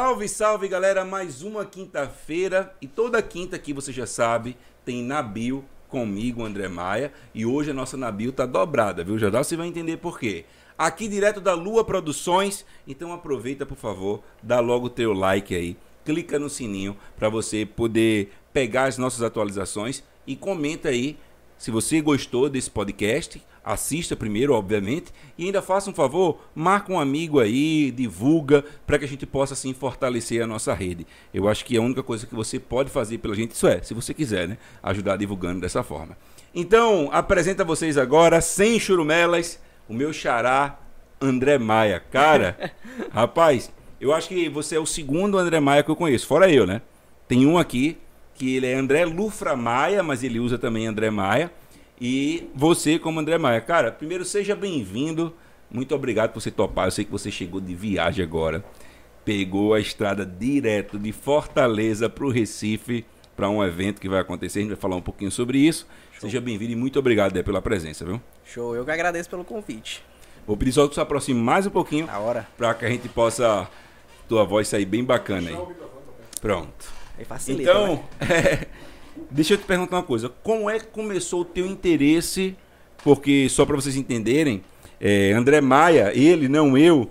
Salve, salve, galera! Mais uma quinta-feira e toda quinta aqui, você já sabe, tem Nabil comigo, André Maia, e hoje a nossa Nabil tá dobrada, viu? Já você vai entender por quê. Aqui direto da Lua Produções, então aproveita, por favor, dá logo o teu like aí, clica no sininho para você poder pegar as nossas atualizações e comenta aí se você gostou desse podcast. Assista primeiro, obviamente, e ainda faça um favor, marca um amigo aí, divulga, para que a gente possa, assim, fortalecer a nossa rede. Eu acho que é a única coisa que você pode fazer pela gente, isso é, se você quiser, né, ajudar divulgando dessa forma. Então, apresento a vocês agora, sem churumelas, o meu xará, André Maia. Cara, rapaz, eu acho que você é o segundo André Maia que eu conheço, fora eu, né? Tem um aqui, que ele é André Lufra Maia, mas ele usa também André Maia. E você como André Maia. Cara, primeiro seja bem-vindo. Muito obrigado por você topar. Eu sei que você chegou de viagem agora. Pegou a estrada direto de Fortaleza para o Recife, para um evento que vai acontecer. A gente vai falar um pouquinho sobre isso. Show. Seja bem-vindo e muito obrigado, Dé, pela presença, viu? Show, eu que agradeço pelo convite. Vou pedir só que você aproxime mais um pouquinho. Na hora. Para que a gente possa... Tua voz sair bem bacana aí. Pronto. Aí facilita, então, né? Deixa eu te perguntar uma coisa. Como é que começou o teu interesse? Porque, só para vocês entenderem, André Maia, ele, não eu,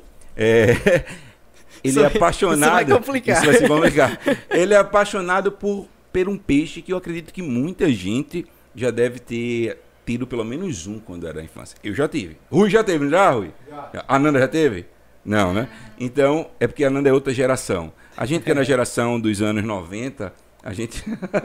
ele é apaixonado... Isso vai complicar. Isso vai se complicar. Ele é apaixonado por um peixe que eu acredito que muita gente já deve ter tido pelo menos um quando era infância. Eu já tive. Rui já teve, não já, Rui? Já. A Nanda já teve? Não, né? Então, é porque a Nanda é outra geração. A gente que é na geração dos anos 90... A gente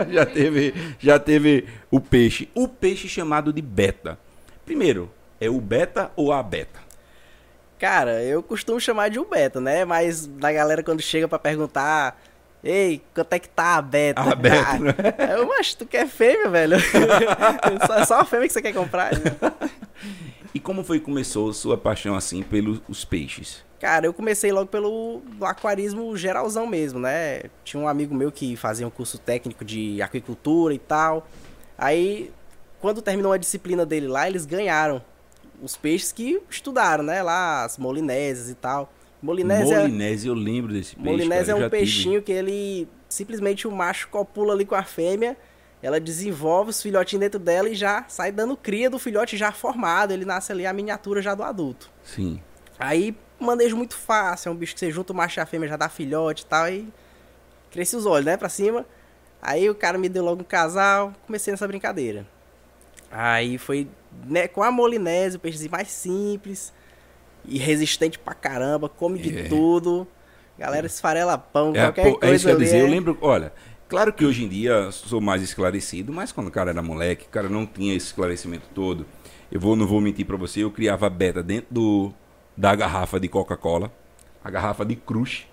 já teve o peixe chamado de beta. Primeiro, é o beta ou a beta? Cara, eu costumo chamar de um beta, né? Mas da galera quando chega pra perguntar, ei, quanto é que tá a beta? A beta, né? Mas tu quer fêmea, velho? só a fêmea que você quer comprar. Né? E como foi que começou a sua paixão assim pelos peixes? Cara, eu comecei logo pelo aquarismo geralzão mesmo, né? Tinha um amigo meu que fazia um curso técnico de aquicultura e tal. Aí, quando terminou a disciplina dele lá, eles ganharam os peixes que estudaram, né? Lá, as molinésias e tal. Molinésia, eu lembro desse peixe. Molinésia cara, é um peixinho que ele... Simplesmente o macho copula ali com a fêmea, ela desenvolve os filhotinhos dentro dela e já sai dando cria do filhote já formado. Ele nasce ali a miniatura já do adulto. Sim. Aí... manejo muito fácil, é um bicho que você junta o macho e a fêmea, já dá filhote e tal, e cresce os olhos, né, pra cima. Aí o cara me deu logo um casal, comecei nessa brincadeira. Aí foi, né, com a molinésia, o peixezinho mais simples e resistente pra caramba, come de tudo. Galera esfarela pão, qualquer coisa. É isso que eu ia ali. dizer, eu lembro, olha, claro que hoje em dia sou mais esclarecido, mas quando o cara era moleque, o cara não tinha esse esclarecimento todo. Não vou mentir pra você, eu criava beta dentro da garrafa de Coca-Cola, a garrafa de Crush,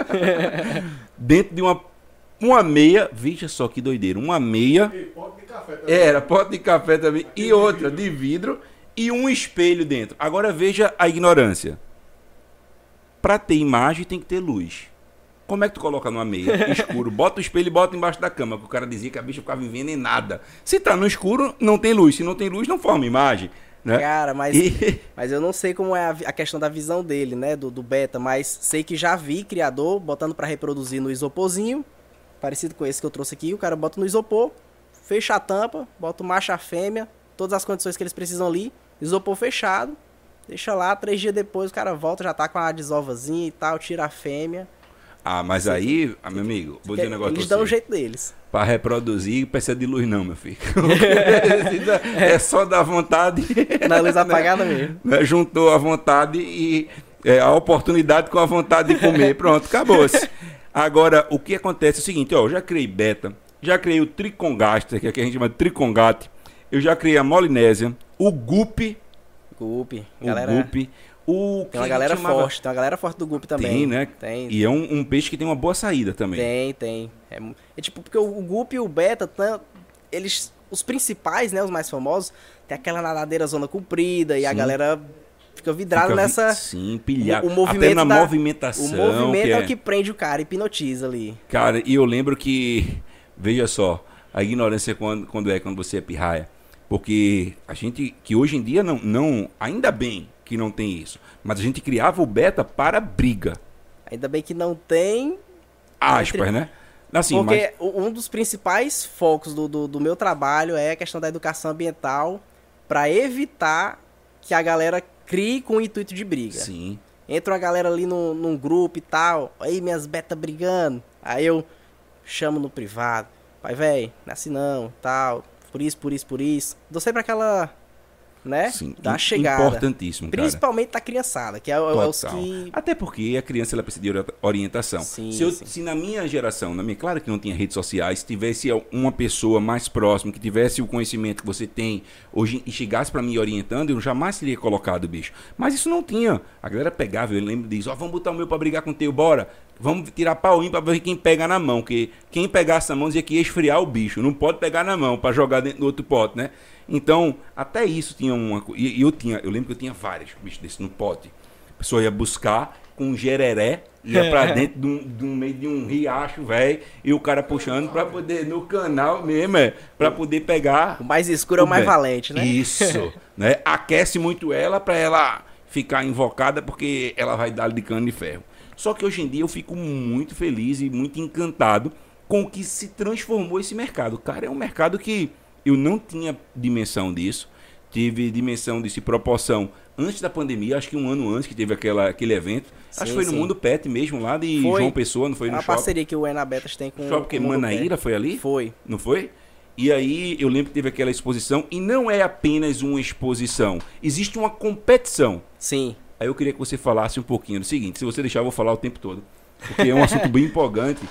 dentro de uma meia, veja só que doideira, uma meia, e pote de café também. era pote de café também, e outra de vidro, e um espelho dentro. Agora veja a ignorância, para ter imagem tem que ter luz. Como é que tu coloca numa meia escuro, bota o espelho e bota embaixo da cama, que o cara dizia que a bicha ficava envenenada. Se tá no escuro, não tem luz, se não tem luz, não forma imagem. Né? Cara, mas eu não sei como é a questão da visão dele, né, do beta, mas sei que já vi criador botando pra reproduzir no isoporzinho, parecido com esse que eu trouxe aqui, o cara bota no isopor, fecha a tampa, bota o macho e a fêmea, todas as condições que eles precisam ali, isopor fechado, deixa lá, 3 dias depois o cara volta, já tá com a desovazinha e tal, tira a fêmea. Ah, mas aí, meu amigo, vou dizer um negócio pra Eles você. dão o jeito deles. Pra reproduzir, precisa de luz não, meu filho. É só dar vontade. Na luz apagada mesmo. Né? Juntou a vontade e a oportunidade com a vontade de comer. Pronto, acabou-se. Agora, o que acontece é o seguinte, ó, eu já criei beta, já criei o tricongaster, que aqui a gente chama de tricongate, eu já criei a molinésia, o guppy. Guppy. Tem uma galera forte, tem uma galera forte do guppy também. Tem, né? Tem. E é um peixe que tem uma boa saída também. Tem. É tipo, porque o guppy e o beta, eles, os principais, né, os mais famosos, tem aquela nadadeira zona comprida e a galera fica vidrada nessa... Sim, pilhar. O movimento até na movimentação. O movimento é o que prende o cara, hipnotiza ali. Cara, e eu lembro que, veja só, a ignorância quando você é pirraia. Porque a gente, que hoje em dia não ainda bem que não tem isso, mas a gente criava o beta para briga. Ainda bem que não tem, Aspas, né? Assim, porque um dos principais focos do meu trabalho é a questão da educação ambiental para evitar que a galera crie com o intuito de briga. Sim. Entra uma galera ali num grupo e tal, aí minhas betas brigando, aí eu chamo no privado, pai, velho, não é assim não, tal, por isso. Dou sempre aquela, né, Sim, da chegada. Importantíssimo, cara. Principalmente da criançada, que é os que... Até porque a criança ela precisa de orientação. Sim, se na minha geração, claro que não tinha redes sociais, se tivesse uma pessoa mais próxima, que tivesse o conhecimento que você tem hoje e chegasse pra mim orientando, eu jamais teria colocado o bicho. Mas isso não tinha. A galera pegava, eu lembro disso, vamos botar o meu pra brigar com o teu, bora. Vamos tirar pau ímpar pra ver quem pega na mão, que quem pegasse na mão dizia que ia esfriar o bicho, não pode pegar na mão pra jogar dentro do outro pote, né? Então, até isso tinha uma coisa. E eu lembro que eu tinha vários bichos desses no pote. A pessoa ia buscar com um gereré, ia pra dentro do meio de um riacho, velho, e o cara puxando pra poder, no canal mesmo, pra poder pegar. O mais escuro é o mais valente, né? Isso, né? Aquece muito ela pra ela ficar invocada, porque ela vai dar de cano de ferro. Só que hoje em dia eu fico muito feliz e muito encantado com o que se transformou esse mercado. Cara, é um mercado que eu não tinha dimensão disso. Tive dimensão disso, proporção antes da pandemia, acho que um ano antes que teve aquele evento. Sim, acho que foi no Mundo Pet mesmo, lá de foi. João Pessoa, não foi no shopping? shopping? A parceria que o Enabetas tem com shopping que o Mundo Manaíra Pet. foi ali? Foi. Não foi? E aí eu lembro que teve aquela exposição, e não é apenas uma exposição, existe uma competição. Sim. Aí eu queria que você falasse um pouquinho do seguinte, se você deixar eu vou falar o tempo todo, porque é um assunto bem empolgante.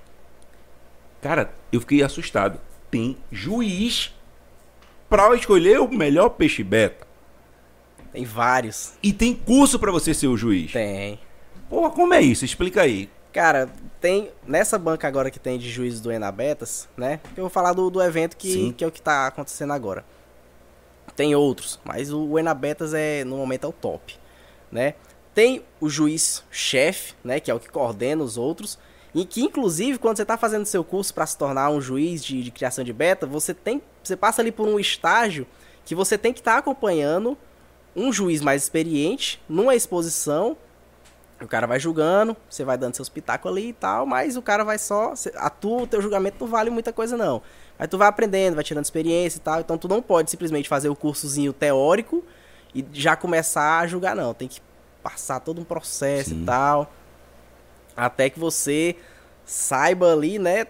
Cara, eu fiquei assustado. Tem juiz para escolher o melhor peixe beta. Tem vários. E tem curso para você ser o juiz. Tem. Porra, como é isso? Explica aí. Cara, tem nessa banca agora que tem de juízes do Enabetas, né? Eu vou falar do evento que é o que tá acontecendo agora. Tem outros, mas o Enabetas no momento é o top, né? Tem o juiz-chefe, né? Que é o que coordena os outros. E que, inclusive, quando você está fazendo seu curso para se tornar um juiz de criação de beta, você passa ali por um estágio que você tem que estar acompanhando um juiz mais experiente numa exposição. O cara vai julgando, você vai dando seus pitacos ali e tal, mas o cara vai só... o teu julgamento não vale muita coisa, não. Aí tu vai aprendendo, vai tirando experiência e tal, então tu não pode simplesmente fazer o cursozinho teórico e já começar a julgar, não. Tem que passar todo um processo e tal... Até que você saiba ali, né,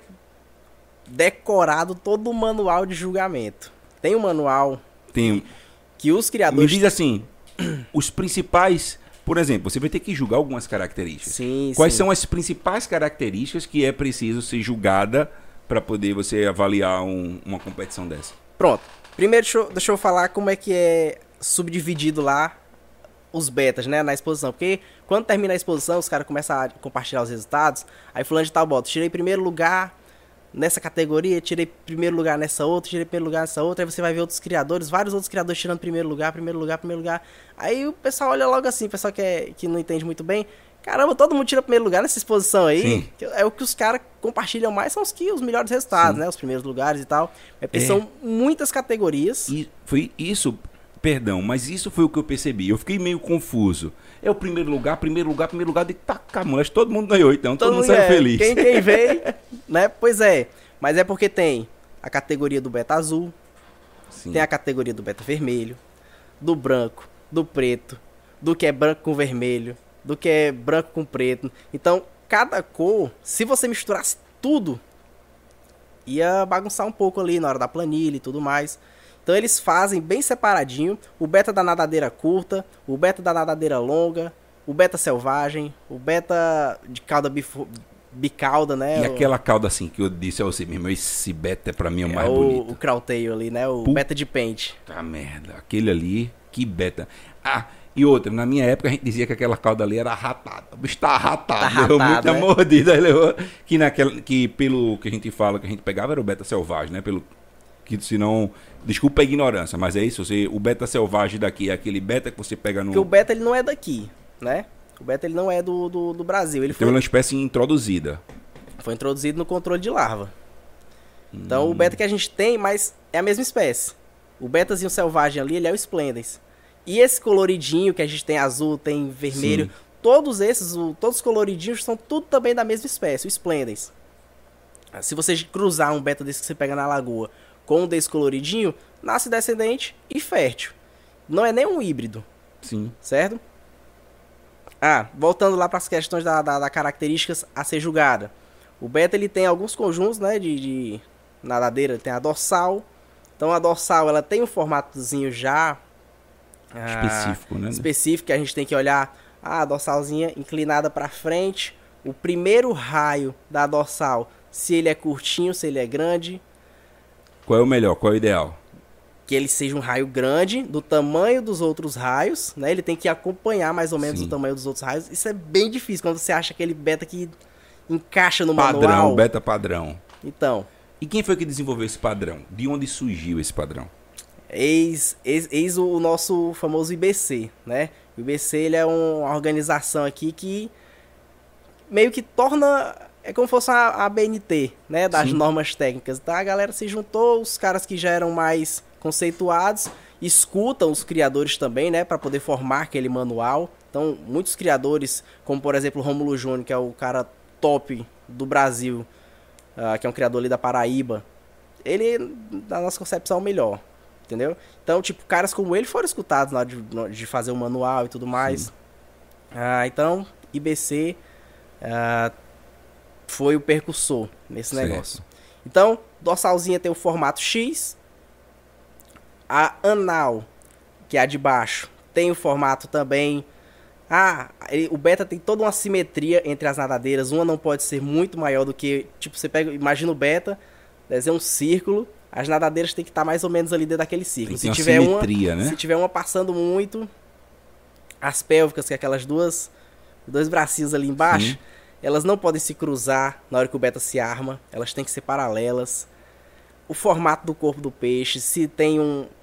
decorado todo o manual de julgamento. Tem um manual que os criadores... Me diz assim, os principais... Por exemplo, você vai ter que julgar algumas características. Sim, Quais são as principais características que é preciso ser julgada para poder você avaliar uma competição dessa? Pronto. Primeiro, deixa eu falar como é que é subdividido lá os betas, né, na exposição, porque quando termina a exposição, os caras começam a compartilhar os resultados, aí fulano de tal bota, tirei primeiro lugar nessa categoria, tirei primeiro lugar nessa outra, tirei primeiro lugar nessa outra, aí você vai ver outros criadores, vários outros criadores tirando primeiro lugar, aí o pessoal olha logo assim, o pessoal que não entende muito bem, caramba, todo mundo tira primeiro lugar nessa exposição aí, é o que os caras compartilham mais, são os melhores resultados, né, os primeiros lugares e tal, porque são muitas categorias. E foi isso... Perdão, mas isso foi o que eu percebi. Eu fiquei meio confuso. É o primeiro lugar, de tacar, moleque. Todo mundo ganhou, então. Todo mundo saiu feliz. Quem veio, né? Pois é. Mas é porque tem a categoria do beta azul, tem a categoria do beta vermelho, do branco, do preto, do que é branco com vermelho, do que é branco com preto. Então, cada cor, se você misturasse tudo, ia bagunçar um pouco ali na hora da planilha e tudo mais. Então eles fazem bem separadinho, o beta da nadadeira curta, o beta da nadadeira longa, o beta selvagem, o beta de cauda bicauda, né? E aquela cauda assim que eu disse a você mesmo, esse beta pra mim é o mais bonito. O crowtail ali, né? O beta de pente. Tá merda, aquele ali, que beta. Ah, e outra, na minha época a gente dizia que aquela cauda ali era ratada. O bicho tá ratado, levou muita mordida, levou. Que pelo que a gente fala, que a gente pegava era o beta selvagem, né? Que senão, desculpa a ignorância, mas é isso, o beta selvagem daqui é aquele beta que você pega no... Porque o beta ele não é daqui, né? O beta ele não é do Brasil. Ele foi uma espécie introduzida. Foi introduzido no controle de larva. Então o beta que a gente tem, mas é a mesma espécie. O betazinho selvagem ali, ele é o Splendens. E esse coloridinho que a gente tem azul, tem vermelho, todos esses, todos os coloridinhos, são tudo também da mesma espécie, o Splendens. Se você cruzar um beta desse que você pega na lagoa com um desse coloridinho, nasce descendente e fértil. Não é nem um híbrido. Sim. Certo? Voltando lá para as questões da características a ser julgada. O beta ele tem alguns conjuntos, né, de nadadeira, ele tem a dorsal. Então a dorsal ela tem um formatozinho já específico, né? Específico, que a gente tem que olhar a dorsalzinha inclinada para frente. O primeiro raio da dorsal, se ele é curtinho, se ele é grande. Qual é o melhor? Qual é o ideal? Que ele seja um raio grande, do tamanho dos outros raios, né? Ele tem que acompanhar mais ou menos o tamanho dos outros raios. Isso é bem difícil, quando você acha aquele beta que encaixa no manual. Padrão, beta padrão. Então. E quem foi que desenvolveu esse padrão? De onde surgiu esse padrão? Eis o nosso famoso IBC, né? O IBC ele é uma organização aqui que meio que torna... É como se fosse a BNT, né? Das normas técnicas. Então a galera se juntou, os caras que já eram mais conceituados, escutam os criadores também, né? Para poder formar aquele manual. Então muitos criadores, como por exemplo o Rômulo Júnior, que é o cara top do Brasil, que é um criador ali da Paraíba, ele, na nossa concepção, é o melhor. Entendeu? Então, tipo, caras como ele foram escutados na hora de fazer o manual e tudo mais. Então, IBC foi o percussor nesse negócio. Então, dorsalzinha tem o formato X. A anal, que é a de baixo, tem o formato também... o beta tem toda uma simetria entre as nadadeiras. Uma não pode ser muito maior do que... Tipo, você pega... Imagina o beta, desenha um círculo... As nadadeiras tem que estar mais ou menos ali dentro daquele círculo. Se tiver simetria, né? Se tiver uma passando muito, as pélvicas, que é aquelas dois bracinhos ali embaixo, elas não podem se cruzar na hora que o beta se arma. Elas têm que ser paralelas. O formato do corpo do peixe, se tem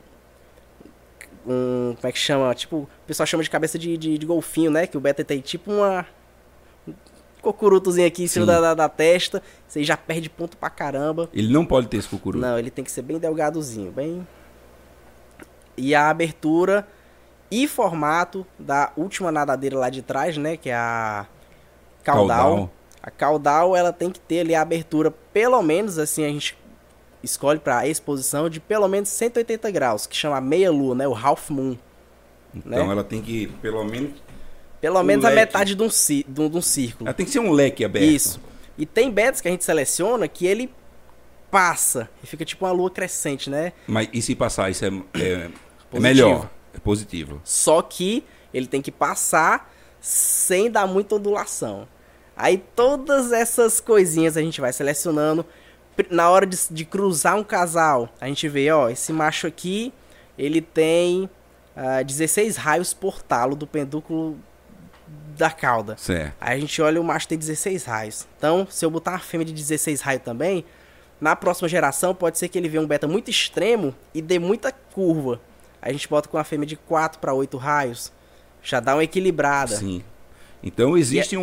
como é que chama? Tipo, o pessoal chama de cabeça de golfinho, né? Que o beta tem tipo uma... cocurutozinho aqui em cima da testa, você já perde ponto pra caramba. Ele não pode ter esse cocuruto. Não, ele tem que ser bem delgadozinho, bem... E a abertura e formato da última nadadeira lá de trás, né, que é a caudal. A caudal, ela tem que ter ali a abertura, pelo menos, assim, a gente escolhe pra exposição de pelo menos 180 graus, que chama meia lua, né, o half moon. Então, né? Ela tem que, pelo menos a metade de um círculo. Ela tem que ser um leque aberto. Isso. E tem betas que a gente seleciona que ele passa e fica tipo uma lua crescente, né? Mas e se passar, isso é melhor, é positivo. Só que ele tem que passar sem dar muita ondulação. Aí todas essas coisinhas a gente vai selecionando. Na hora de cruzar um casal, a gente vê, ó, esse macho aqui, ele tem 16 raios por talo do pedúnculo da cauda. Certo. Aí a gente olha, o macho tem 16 raios. Então, se eu botar uma fêmea de 16 raios também, na próxima geração pode ser que ele venha um beta muito extremo e dê muita curva. Aí a gente bota com uma fêmea de 4 para 8 raios. Já dá uma equilibrada. Sim. Então existe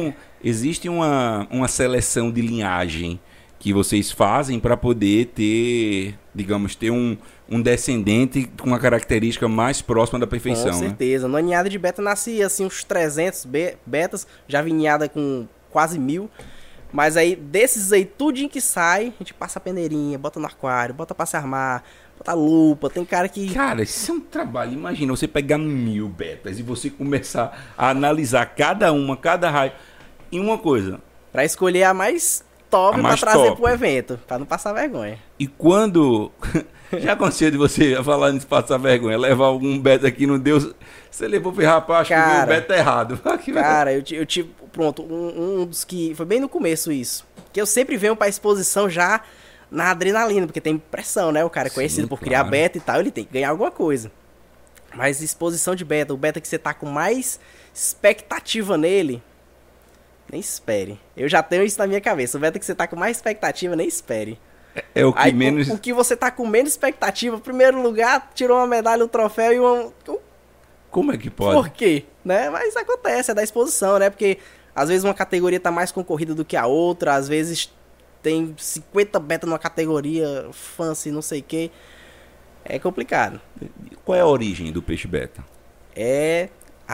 uma seleção de linhagem que vocês fazem para poder ter, digamos, ter um descendente com uma característica mais próxima da perfeição. Com certeza. Né? Na ninhada de beta nascia assim uns 300 betas, já vi ninhada com quase 1000. Mas aí, desses aí, tudinho que sai, a gente passa a peneirinha, bota no aquário, bota pra se armar, bota lupa. Tem cara que... Cara, isso é um trabalho. Imagina você pegar 1000 betas e você começar a analisar cada raio. E uma coisa... Pra escolher a mais top pra trazer pro evento, pra não passar vergonha. E quando... Já aconteceu de você, falar nisso, passar vergonha, levar algum beta que não deu... Você levou pro rapaz, acho que viu o beta errado. Cara, eu tive... Pronto, um dos que... Foi bem no começo isso. Que eu sempre venho pra exposição já na adrenalina, porque tem pressão, né? O cara é conhecido por criar beta e tal, ele tem que ganhar alguma coisa. Mas exposição de beta, o beta que você tá com mais expectativa nele, nem espere. Eu já tenho isso na minha cabeça. O beta que você tá com mais expectativa, nem espere. É o que aí, menos... O que você tá com menos expectativa, primeiro lugar, tirou uma medalha, um troféu e Como é que pode? Por quê? Né? Mas acontece, é da exposição, né? Porque às vezes uma categoria tá mais concorrida do que a outra, às vezes tem 50 beta numa categoria, fancy, não sei o quê. É complicado. Qual é a origem do peixe beta? É Ásia.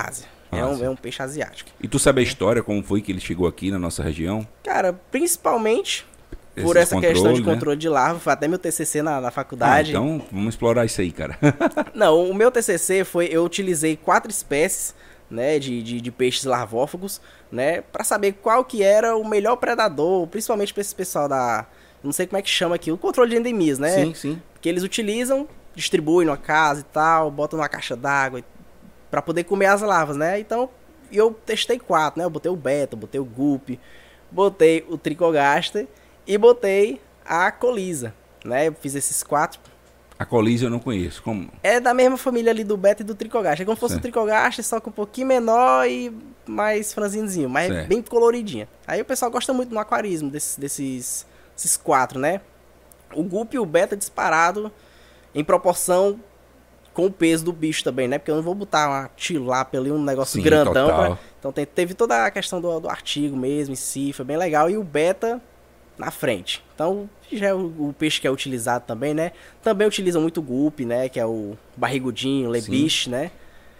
É um peixe asiático. E tu sabe a história, como foi que ele chegou aqui na nossa região? Cara, principalmente por Esses essa questão de né? controle de larva, foi até meu TCC na faculdade. Então, vamos explorar isso aí, cara. Não, o meu TCC eu utilizei 4 espécies, né, de peixes larvófagos, né, para saber qual que era o melhor predador, principalmente para esse pessoal não sei como é que chama aqui, o controle de endemias, né? Sim, sim. Que eles utilizam, distribuem numa casa e tal, botam numa caixa d'água para poder comer as larvas, né? Então, eu testei 4, né? Eu botei o beta, botei o guppy, botei o tricogaster e botei a colisa, né? Eu fiz esses 4. A colisa eu não conheço. Como? É da mesma família ali do beta e do tricogaster. É como se fosse um tricogaster, só que um pouquinho menor e mais franzinhozinho, mas bem coloridinha. Aí o pessoal gosta muito no aquarismo desses 4, né? O guppy e o beta disparado em proporção com o peso do bicho também, né? Porque eu não vou botar uma tilápia ali, um negócio grandão. Então teve toda a questão do artigo mesmo em si, foi bem legal. E o beta na frente. Então já é o peixe que é utilizado também, né? Também utilizam muito o guppy, né? Que é o barrigudinho, lebiche, né?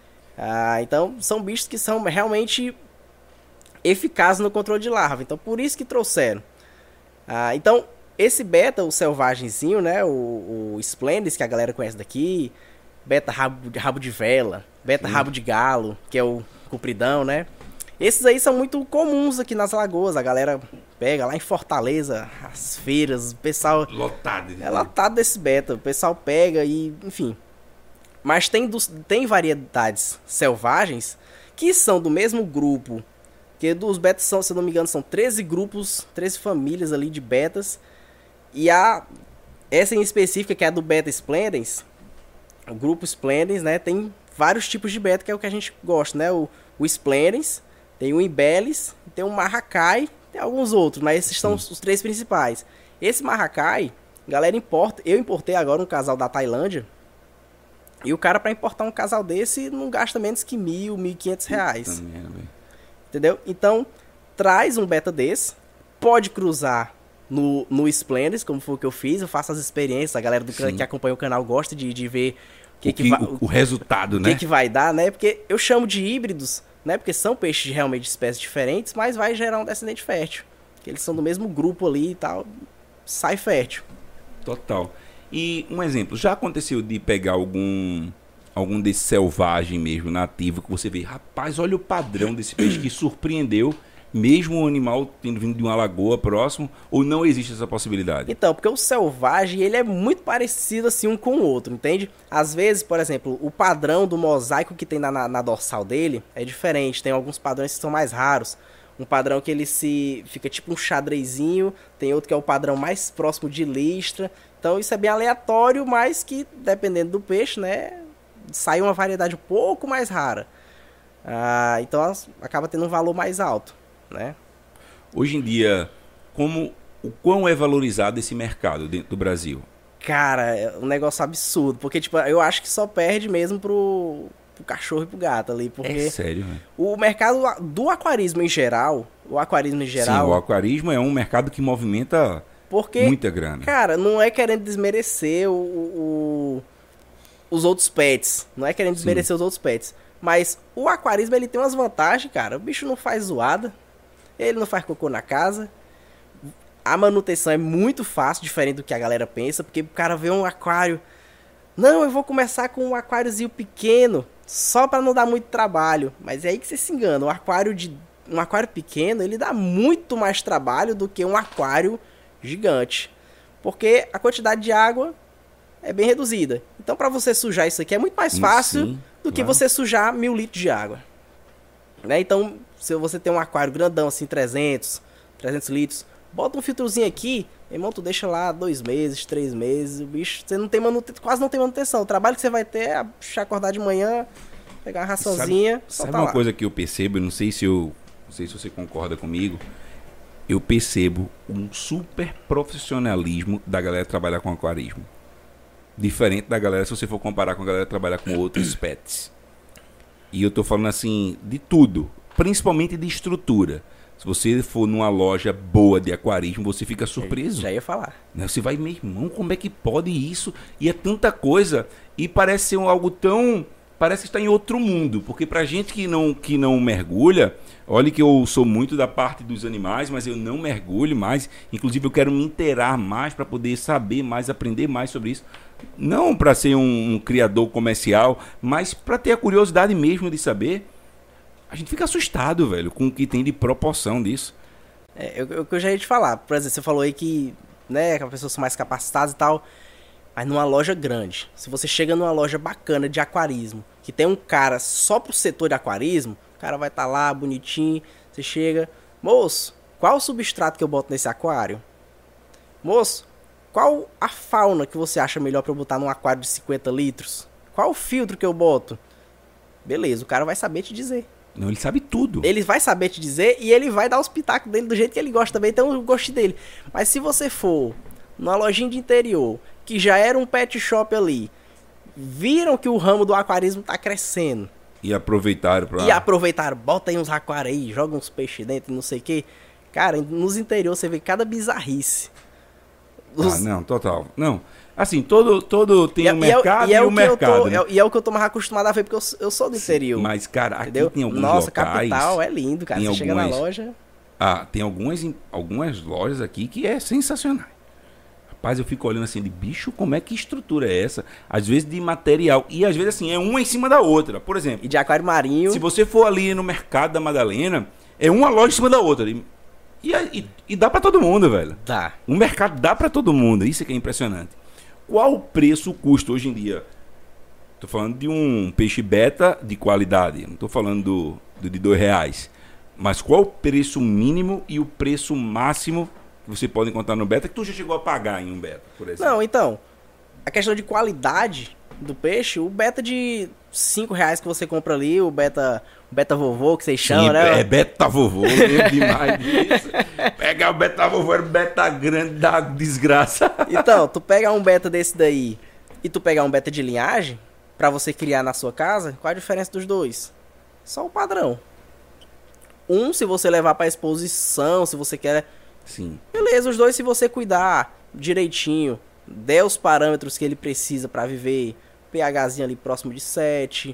Então são bichos que são realmente eficazes no controle de larva. Então por isso que trouxeram. Então esse beta, o selvagemzinho, né? O Splendis, que a galera conhece daqui. Beta rabo de vela. Beta rabo de galo, que é o compridão, né? Esses aí são muito comuns aqui nas lagoas. A galera pega lá em Fortaleza, as feiras, o pessoal... Lotado. É lotado desse beta. O pessoal pega e, enfim... Mas tem variedades selvagens que são do mesmo grupo. Que dos betas são, se eu não me engano, são 13 grupos, 13 famílias ali de betas. E essa em específica, que é a do beta Splendens, o grupo Splendens, né? Tem vários tipos de beta, que é o que a gente gosta, né? O Splendens, tem o Imbelis, tem o Maracai, tem alguns outros, mas esses são os 3 principais. Esse Maracai, galera importa. Eu importei agora um casal da Tailândia. E o cara, pra importar um casal desse, não gasta menos que R$1.000, R$1.500. Entendeu? Então, traz um beta desse. Pode cruzar no Splendid, como foi o que eu fiz. Eu faço as experiências. A galera que acompanha o canal gosta de ver o resultado, né? O que vai dar, né? Porque eu chamo de híbridos, né? Porque são peixes realmente de espécies diferentes, mas vai gerar um descendente fértil. Porque eles são do mesmo grupo ali e tal. Sai fértil. Total. E um exemplo, já aconteceu de pegar algum desse selvagem mesmo, nativo, que você vê, rapaz, olha o padrão desse peixe que surpreendeu, mesmo o animal tendo vindo de uma lagoa próximo, ou não existe essa possibilidade? Então, porque o selvagem, ele é muito parecido assim um com o outro, entende? Às vezes, por exemplo, o padrão do mosaico que tem na dorsal dele é diferente, tem alguns padrões que são mais raros. Um padrão que ele fica tipo um xadrezinho, tem outro que é o padrão mais próximo de listra. Então isso é bem aleatório, mas que dependendo do peixe, né, sai uma variedade um pouco mais rara. Então acaba tendo um valor mais alto, né? Hoje em dia, o quão é valorizado esse mercado dentro do Brasil? Cara, é um negócio absurdo, porque tipo, eu acho que só perde mesmo pro cachorro e pro gato ali, porque... É sério, né? O mercado do aquarismo em geral, Sim, o aquarismo é um mercado que movimenta muita grana. Cara, não é querendo desmerecer os outros pets, não é querendo desmerecer os outros pets, mas o aquarismo, ele tem umas vantagens, cara. O bicho não faz zoada, ele não faz cocô na casa, a manutenção é muito fácil, diferente do que a galera pensa, porque o cara vê um aquário... Não, eu vou começar com um aquáriozinho pequeno, só para não dar muito trabalho. Mas é aí que você se engana. Um aquário pequeno, ele dá muito mais trabalho do que um aquário gigante. Porque a quantidade de água é bem reduzida. Então, para você sujar isso aqui é muito mais fácil do que você sujar 1.000 litros de água. Né? Então, se você tem um aquário grandão, assim, 300 litros, bota um filtrozinho aqui... Irmão, tu deixa lá 2 meses, 3 meses, o bicho, você não tem quase não tem manutenção. O trabalho que você vai ter é acordar de manhã, pegar uma raçãozinha, sabe uma coisa que eu percebo, não sei se você concorda comigo, eu percebo um super profissionalismo da galera trabalhar com aquarismo. Diferente da galera, se você for comparar com a galera trabalhar com outros pets. E eu tô falando assim, de tudo, principalmente de estrutura. Se você for numa loja boa de aquarismo, você fica surpreso. Já ia falar. Você vai, meu irmão, como é que pode isso? E é tanta coisa. E parece ser algo tão parece que está em outro mundo, porque pra gente que não mergulha, olha que eu sou muito da parte dos animais, mas eu não mergulho mais, inclusive eu quero me inteirar mais para poder saber mais, aprender mais sobre isso, não para ser um criador comercial, mas para ter a curiosidade mesmo de saber. A gente fica assustado, velho, com o que tem de proporção disso. O que eu já ia te falar, por exemplo, você falou aí que, né, que as pessoas são mais capacitadas e tal, mas numa loja grande, se você chega numa loja bacana de aquarismo, que tem um cara só pro setor de aquarismo, o cara vai estar lá, bonitinho, você chega, moço, qual o substrato que eu boto nesse aquário? Moço, qual a fauna que você acha melhor pra eu botar num aquário de 50 litros? Qual o filtro que eu boto? Beleza, o cara vai saber te dizer. Não, ele sabe tudo. Ele vai saber te dizer e ele vai dar os pitacos dele do jeito que ele gosta também, então eu gosto dele. Mas se você for numa lojinha de interior, que já era um pet shop ali, viram que o ramo do aquarismo tá crescendo. E aproveitaram, bota aí uns aquários aí, joga uns peixes dentro e não sei o que. Cara, nos interiores você vê cada bizarrice. Não, total. Não. Assim, todo tem um mercado e o mercado. Né? E é o que eu tô mais acostumado a ver, porque eu sou do interior. Mas, cara, aqui entendeu? tem alguns Nossa, locais... capital é lindo, cara. Você chega na loja... tem algumas lojas aqui que é sensacional. Rapaz, eu fico olhando assim de bicho, como é que estrutura é essa? Às vezes de material. E às vezes assim, é uma em cima da outra. Por exemplo... E de marinho... Se você for ali no Mercado da Madalena, é uma loja em cima da outra. E dá pra todo mundo, velho. Dá. O mercado dá pra todo mundo. Isso é que é impressionante. Qual o preço, o custo hoje em dia? Tô falando de um peixe beta de qualidade. Não tô falando de R$2. Mas qual o preço mínimo e o preço máximo que você pode encontrar no beta que tu já chegou a pagar em um beta, por exemplo? Não, então, a questão de qualidade do peixe, o beta de R$5 que você compra ali, o beta vovô que vocês chamam, né? É beta vovô, lembro demais disso. Pegar o beta vovô era beta grande da desgraça. Então, tu pegar um beta desse daí e tu pegar um beta de linhagem pra você criar na sua casa, qual a diferença dos dois? Só o padrão. Se você levar pra exposição, se você quer... Sim. Beleza, os dois se você cuidar direitinho, der os parâmetros que ele precisa pra viver, pHzinho ali próximo de 7,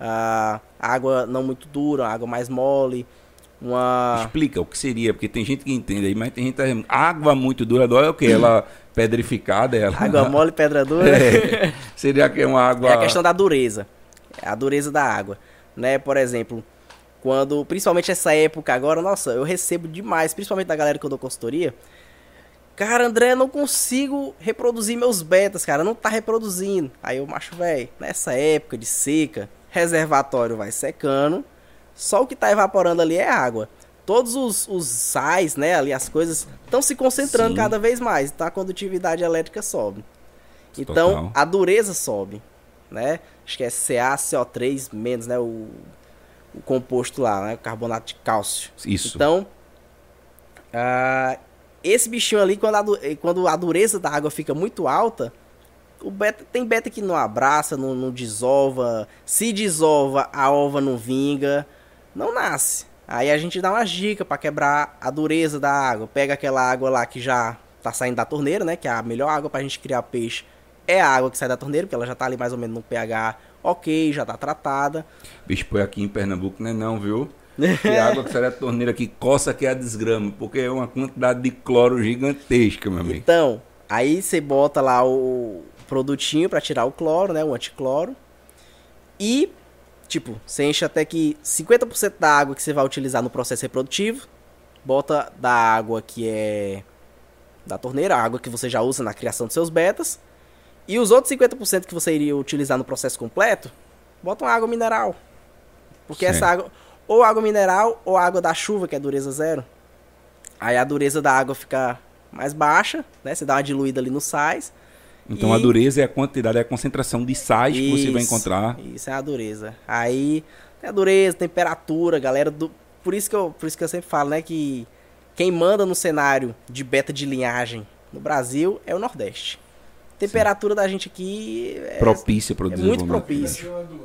água não muito dura, água mais mole, Explica o que seria, porque tem gente que entende aí, mas tem gente que... Água muito dura, é o quê? Ela pedrificada? Água mole, pedra dura? Seria que é uma água... É a questão da dureza, a dureza da água, né? Por exemplo, principalmente essa época agora, nossa, eu recebo demais, principalmente da galera que eu dou consultoria. Cara, André, não consigo reproduzir meus betas, cara, não tá reproduzindo. Aí eu, macho, velho, nessa época de seca, reservatório vai secando, só o que tá evaporando ali é água. Todos os sais, né, ali as coisas, estão se concentrando Sim. cada vez mais, então a condutividade elétrica sobe. Então, Total. A dureza sobe, né? Acho que é CaCO3 menos, né, o composto lá, né, o carbonato de cálcio. Isso. Então, esse bichinho ali, quando a dureza da água fica muito alta, tem beta que não abraça, não desova. Se desova, a ova não vinga, não nasce. Aí a gente dá umas dicas para quebrar a dureza da água. Pega aquela água lá que já tá saindo da torneira, né? Que é a melhor água pra gente criar peixe. É a água que sai da torneira, porque ela já tá ali mais ou menos no pH ok, já tá tratada. Bicho, põe aqui em Pernambuco, não, viu? Que a água que sai da torneira aqui coça que é a desgrama, porque é uma quantidade de cloro gigantesca, meu amigo. Então, aí você bota lá o produtinho pra tirar o cloro, né? O anticloro. E, tipo, você enche até que 50% da água que você vai utilizar no processo reprodutivo. Bota da água que é da torneira, a água que você já usa na criação dos seus betas. E os outros 50% que você iria utilizar no processo completo, bota uma água mineral. Porque Sim. essa água, ou água mineral, ou água da chuva, que é dureza 0. Aí a dureza da água fica mais baixa, né? Você dá uma diluída ali nos sais. Então a dureza é a quantidade, é a concentração de sais que você vai encontrar. Isso é a dureza. Aí tem a dureza, temperatura, galera. Por isso que eu sempre falo, né? Que quem manda no cenário de beta de linhagem no Brasil é o Nordeste. A temperatura da gente aqui é propícia para o desenvolvimento. Muito propícia.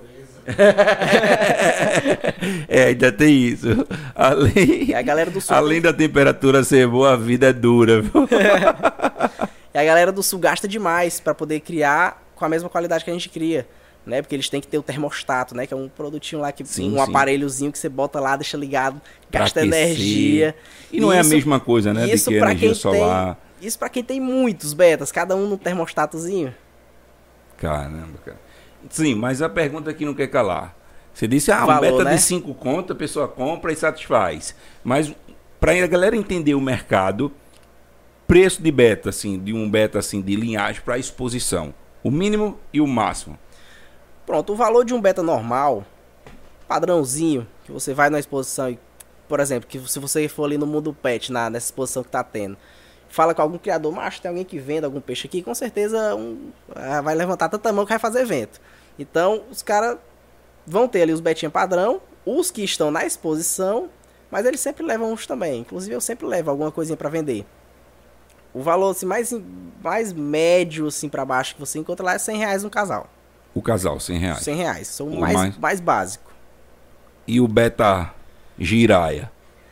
Ainda tem isso. A galera do sul, além da temperatura ser boa, a vida é dura. E a galera do sul gasta demais para poder criar com a mesma qualidade que a gente cria. né? Porque eles têm que ter o termostato, né? Que é um produtinho lá, Sim, aparelhozinho que você bota lá, deixa ligado, gasta aquecer. Energia. E não é a mesma coisa, né? Isso do que pra energia quem solar. Isso pra quem tem muitos betas, cada um no termostatozinho. Caramba, cara. Sim, mas a pergunta aqui não quer calar. Você disse, um Valor, beta né? de 5 conto, a pessoa compra e satisfaz. Mas para a galera entender o mercado, preço de beta, assim, de um beta assim, de linhagem para exposição. O mínimo e o máximo. Pronto, o valor de um beta normal, padrãozinho, que você vai na exposição e, por exemplo, que se você for ali no Mundo Pet, nessa exposição que tá tendo, fala com algum criador, macho, tem alguém que venda algum peixe aqui, com certeza vai levantar tanta mão que vai fazer evento. Então, os caras vão ter ali os betinhos padrão, os que estão na exposição, mas eles sempre levam uns também. Inclusive, eu sempre levo alguma coisinha para vender. O valor assim, mais médio assim, para baixo que você encontra lá é R$100 um casal. O casal, R$100. R$100, são o mais básico. E o beta giraia?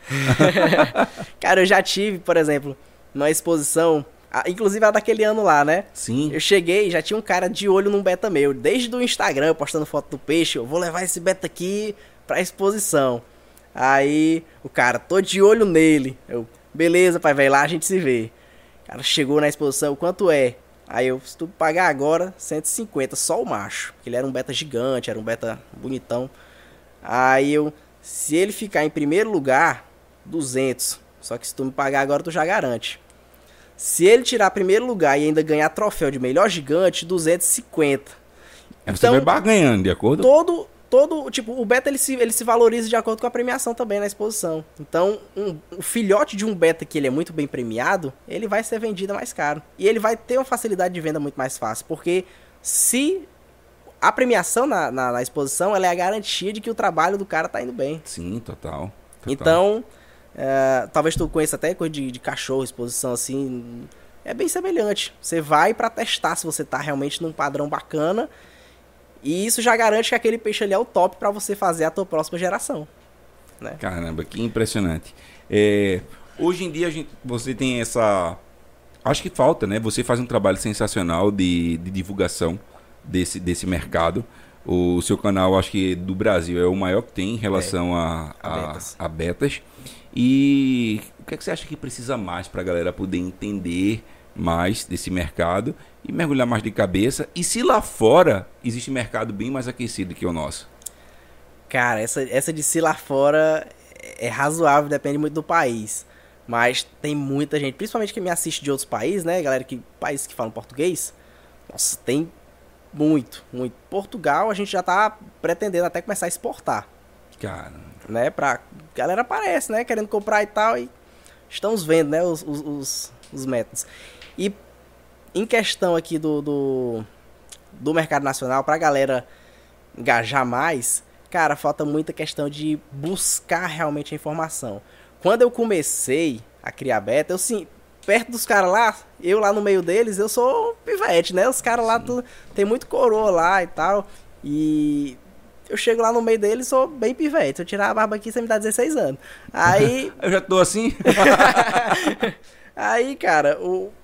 Cara, eu já tive, por exemplo, numa exposição, inclusive a daquele ano lá, né? Sim. Eu cheguei e já tinha um cara de olho num beta meu. Desde o Instagram, postando foto do peixe, eu vou levar esse beta aqui pra exposição. Aí, o cara, tô de olho nele. Eu, beleza, pai, vai lá, a gente se vê. O cara chegou na exposição, quanto é? Aí eu, se tu pagar agora, 150, só o macho. Porque ele era um beta gigante, era um beta bonitão. Aí eu, se ele ficar em primeiro lugar, 200. Só que se tu me pagar agora, tu já garante. Se ele tirar primeiro lugar e ainda ganhar troféu de melhor gigante, 250. Você vai barganhando, de acordo? Tipo, o beta ele se valoriza de acordo com a premiação também na exposição. Então, o filhote de um beta que ele é muito bem premiado, ele vai ser vendido mais caro. E ele vai ter uma facilidade de venda muito mais fácil. Porque se a premiação na exposição, ela é a garantia de que o trabalho do cara tá indo bem. Sim, total. Então, talvez tu conheça até coisa de cachorro, exposição assim. É bem semelhante. Você vai pra testar se você tá realmente num padrão bacana. E isso já garante que aquele peixe ali é o top pra você fazer a tua próxima geração. Né? Caramba, que impressionante. Hoje em dia você tem essa... Acho que falta, né? Você faz um trabalho sensacional de divulgação desse mercado. O seu canal, acho que do Brasil, é o maior que tem em relação a betas. E o que é que você acha que precisa mais para a galera poder entender mais desse mercado e mergulhar mais de cabeça? E se lá fora existe mercado bem mais aquecido que o nosso? Cara, essa de se lá fora é razoável, depende muito do país. Mas tem muita gente, principalmente quem me assiste de outros países, né? Galera países que falam português. Nossa, tem muito. Portugal a gente já tá pretendendo até começar a exportar. Cara. Né? Galera aparece, né? Querendo comprar e tal. E estamos vendo, né? Os métodos. E em questão aqui do mercado nacional, pra galera engajar mais, cara, falta muita questão de buscar realmente a informação. Quando eu comecei a criar beta, eu sim, perto dos caras lá, eu lá no meio deles, eu sou um pivete, né? Os caras lá, tem muito coroa lá e tal. E eu chego lá no meio deles, sou bem pivete. Se eu tirar a barba aqui, você me dá 16 anos. Aí... eu já tô assim. Aí, cara,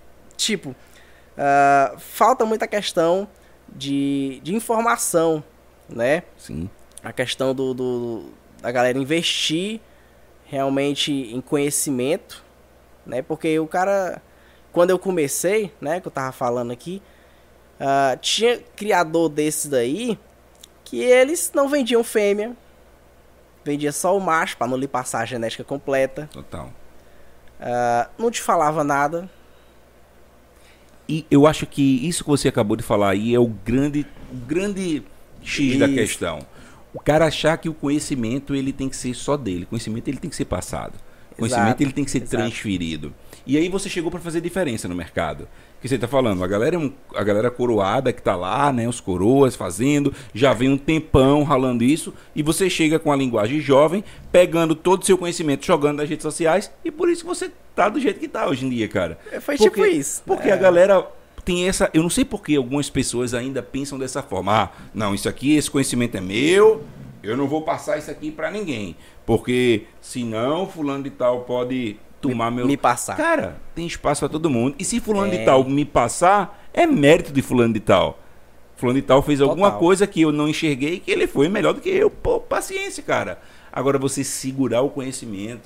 falta muita questão de informação, né? Sim. A questão da galera investir realmente em conhecimento, né? Porque o cara, quando eu comecei, né, que eu tava falando aqui, tinha criador desses daí que eles não vendiam fêmea, vendia só o macho para não lhe passar a genética completa. Total. Não te falava nada. E eu acho que isso que você acabou de falar aí é o grande X da questão. O cara achar que o conhecimento ele tem que ser só dele. O conhecimento ele tem que ser passado. O conhecimento ele tem que ser transferido. E aí você chegou para fazer diferença no mercado. O que você está falando? A galera coroada que está lá, né? Os coroas fazendo, já vem um tempão ralando isso. E você chega com a linguagem jovem, pegando todo o seu conhecimento, jogando nas redes sociais. E por isso que você tá do jeito que tá hoje em dia, cara. Tipo isso. Porque a galera tem essa... Eu não sei por que algumas pessoas ainda pensam dessa forma. Não, esse conhecimento é meu, eu não vou passar isso aqui para ninguém. Porque senão fulano de tal pode tomar me passar. Cara, tem espaço para todo mundo. E se fulano de tal me passar, é mérito de fulano de tal. fulano de tal fez alguma Total. coisa que eu não enxerguei que ele foi melhor do que eu. Pô, paciência, cara. Agora você segurar o conhecimento,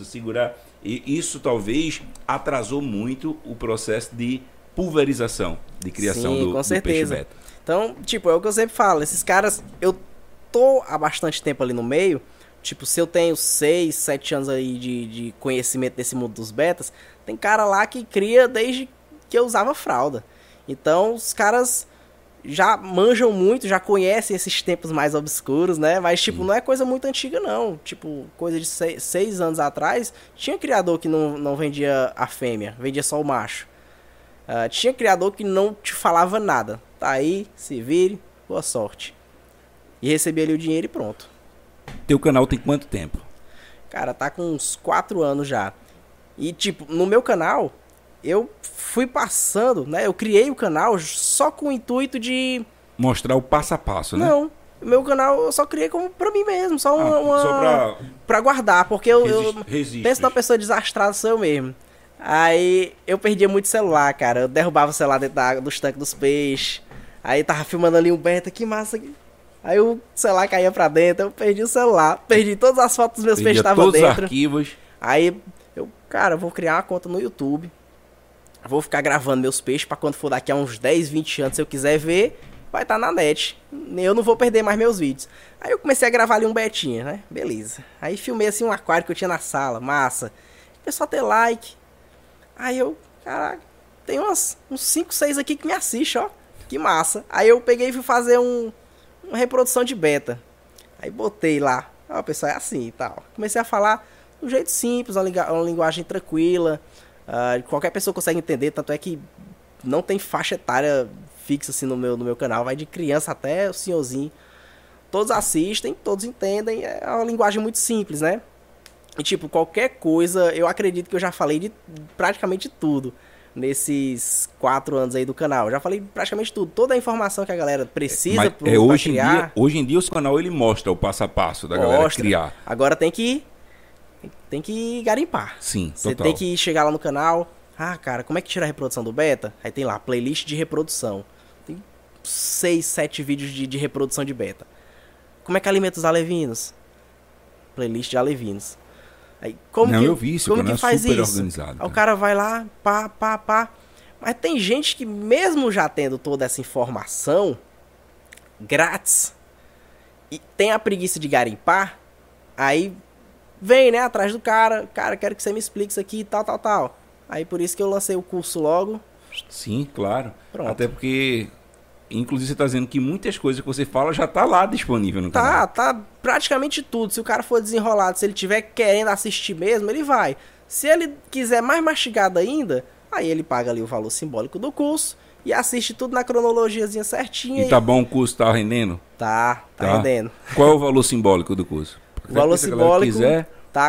isso talvez atrasou muito o processo de pulverização, de criação Sim, com do peixe certeza. beta. Então, tipo, é o que eu sempre falo, esses caras, eu tô há bastante tempo ali no meio, tipo, se eu tenho 6, 7 anos aí de conhecimento desse mundo dos betas, tem cara lá que cria desde que eu usava fralda. Então, os caras já manjam muito, já conhecem esses tempos mais obscuros, né? Mas, tipo, não é coisa muito antiga, não. Tipo, coisa de 6 anos atrás, tinha criador que não vendia a fêmea, vendia só o macho. Tinha criador que não te falava nada. Tá aí, se vire, boa sorte. E recebia ali o dinheiro e pronto. Teu canal tem quanto tempo? Cara, tá com uns 4 anos já. E, tipo, no meu canal, eu fui passando, né? Eu criei o canal só com o intuito de... Mostrar o passo a passo, né? Não, o meu canal eu só criei como pra mim mesmo. Só Só pra guardar, porque eu registros. penso numa pessoa desastrada, sou eu mesmo. Aí eu perdia muito celular, cara. Eu derrubava o celular dentro dos tanques dos peixes. Aí tava filmando ali um beta, que massa. Aí o celular caía pra dentro, eu perdi o celular. Perdi todas as fotos dos meus peixes que estavam dentro. Todos os arquivos. Aí eu, cara, vou criar uma conta no YouTube. Vou ficar gravando meus peixes pra quando for daqui a uns 10, 20 anos, se eu quiser ver, vai estar na net. Eu não vou perder mais meus vídeos. Aí eu comecei a gravar ali um betinha, né? Beleza. Aí filmei assim um aquário que eu tinha na sala, massa. Começou a ter like. Aí eu, caraca, tem uns 5, 6 aqui que me assistem, ó. Que massa. Aí eu peguei e fui fazer uma reprodução de beta. Aí botei lá. Ó, pessoal, é assim e tal. Comecei a falar de um jeito simples, uma linguagem tranquila. Qualquer pessoa consegue entender, tanto é que não tem faixa etária fixa assim no meu canal. Vai de criança até o senhorzinho. Todos assistem, todos entendem. É uma linguagem muito simples, né? E tipo, qualquer coisa, eu acredito que eu já falei de praticamente tudo nesses 4 anos aí do canal. Já falei praticamente tudo. Toda a informação que a galera precisa pra criar. Hoje em dia o seu canal ele mostra o passo a passo da galera criar. Agora tem que garimpar. Sim, Você total. tem que chegar lá no canal. Ah, cara, como é que tira a reprodução do beta? Aí tem lá, playlist de reprodução. Tem 6, 7 vídeos de reprodução de beta. Como é que alimenta os alevinos? Playlist de alevinos. Aí, eu vi isso, como que faz super isso? organizado. Aí o cara vai lá, pá. Mas tem gente que mesmo já tendo toda essa informação grátis e tem a preguiça de garimpar, aí vem, né, atrás do cara, quero que você me explique isso aqui, tal. Aí por isso que eu lancei o curso logo. Sim, claro. Pronto. Até porque, inclusive, você está dizendo que muitas coisas que você fala já tá lá disponível no canal. Tá praticamente tudo. Se o cara for desenrolado, se ele tiver querendo assistir mesmo, ele vai. Se ele quiser mais mastigado ainda, aí ele paga ali o valor simbólico do curso e assiste tudo na cronologiazinha certinha. E tá bom, o curso tá rendendo? Tá rendendo. Qual é o valor simbólico do curso? O valor simbólico quiser... tá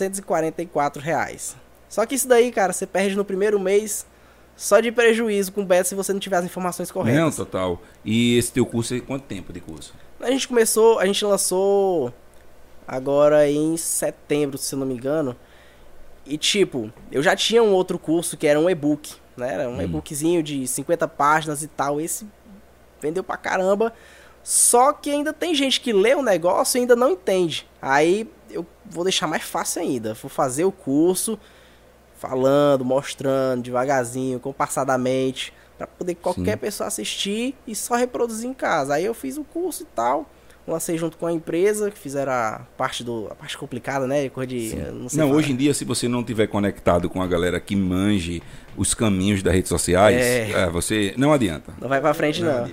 R$444. Só que isso daí, cara, você perde no primeiro mês só de prejuízo com o beta se você não tiver as informações corretas. Não, total. E esse teu curso é quanto tempo de curso? A gente lançou agora em setembro, se eu não me engano. E tipo, eu já tinha um outro curso que era um e-book, né? Era um e-bookzinho de 50 páginas e tal. Esse vendeu pra caramba. Só que ainda tem gente que lê o negócio e ainda não entende. Aí eu vou deixar mais fácil ainda. Vou fazer o curso falando, mostrando devagarzinho, compassadamente, para poder qualquer pessoa assistir e só reproduzir em casa. Aí eu fiz o curso e tal, lancei junto com a empresa, que fizeram a parte complicada, né? Coisa de, não, hoje em dia, se você não tiver conectado com a galera que manje os caminhos das redes sociais, você não adianta. Não vai pra frente, não.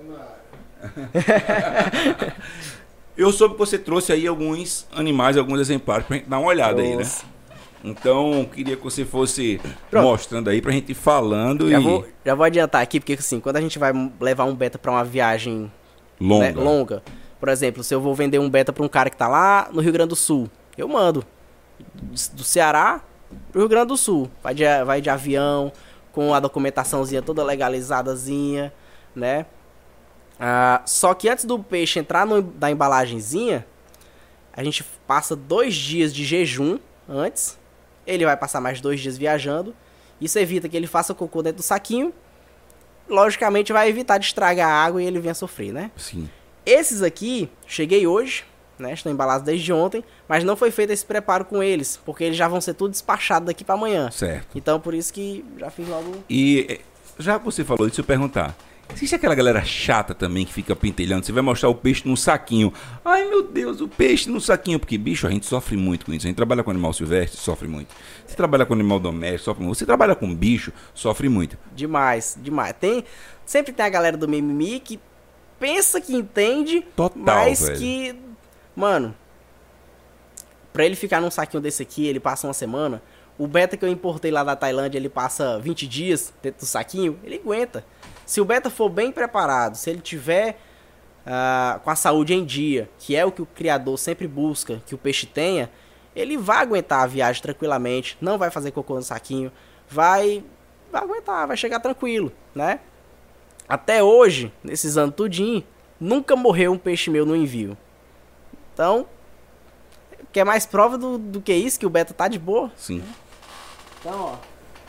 Eu soube que você trouxe aí alguns animais, alguns exemplares pra gente dar uma olhada aí, né? Então, queria que você fosse mostrando aí pra gente ir falando. Já vou adiantar aqui, porque assim, quando a gente vai levar um beta pra uma viagem longa, por exemplo, se eu vou vender um beta pra um cara que tá lá no Rio Grande do Sul, eu mando do Ceará pro Rio Grande do Sul. Vai de avião, com a documentaçãozinha toda legalizadazinha, né? Só que antes do peixe entrar na embalagenzinha, a gente passa 2 dias de jejum antes. Ele vai passar mais 2 dias viajando. Isso evita que ele faça cocô dentro do saquinho. logicamente vai evitar de estragar a água e ele venha sofrer, né? Sim. Esses aqui, cheguei hoje, né? Estão embalados desde ontem, mas não foi feito esse preparo com eles, porque eles já vão ser tudo despachados daqui pra amanhã. Certo. Então, por isso que já fiz logo... E já que você falou isso, eu perguntar. Existe aquela galera chata também que fica pentelhando. Você vai mostrar o peixe num saquinho. Ai, meu Deus, o peixe no saquinho. Porque, bicho, a gente sofre muito com isso. A gente trabalha com animal silvestre, sofre muito. Você trabalha com animal doméstico, sofre muito. Você trabalha com bicho, sofre muito. Demais, demais. Sempre tem a galera do mimimi que pensa que entende, Total, mas velho. que... Mano, pra ele ficar num saquinho desse aqui, ele passa uma semana. O beta que eu importei lá da Tailândia, ele passa 20 dias dentro do saquinho, ele aguenta. Se o beta for bem preparado, se ele tiver com a saúde em dia, que é o que o criador sempre busca, que o peixe tenha, ele vai aguentar a viagem tranquilamente, não vai fazer cocô no saquinho, vai aguentar, vai chegar tranquilo, né? Até hoje, nesses anos tudinho, nunca morreu um peixe meu no envio. Então, quer mais prova do que isso, que o beta tá de boa? Sim. Então, ó,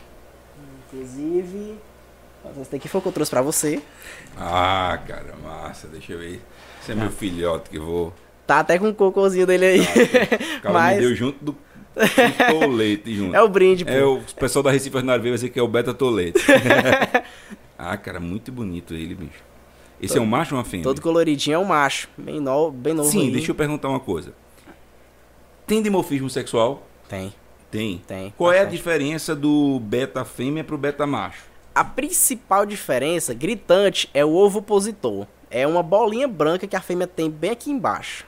inclusive, esse daqui foi o que eu trouxe pra você. Ah, cara, massa. Deixa eu ver. Esse é meu filhote que eu vou... Tá até com o cocôzinho dele aí. O cara me deu junto do tolete junto. É o brinde, pô. É, o pessoal da Recife Ordinário vai dizer que é o beta tolete. Ah, cara, muito bonito ele, bicho. Esse é um macho ou uma fêmea? Todo coloridinho, é um macho. Bem novo. Sim, aí. deixa eu perguntar uma coisa. Tem dimorfismo sexual? Tem. Tem. Qual é a Bastante. diferença do beta fêmea pro beta macho? A principal diferença, gritante, é o ovopositor. É uma bolinha branca que a fêmea tem bem aqui embaixo.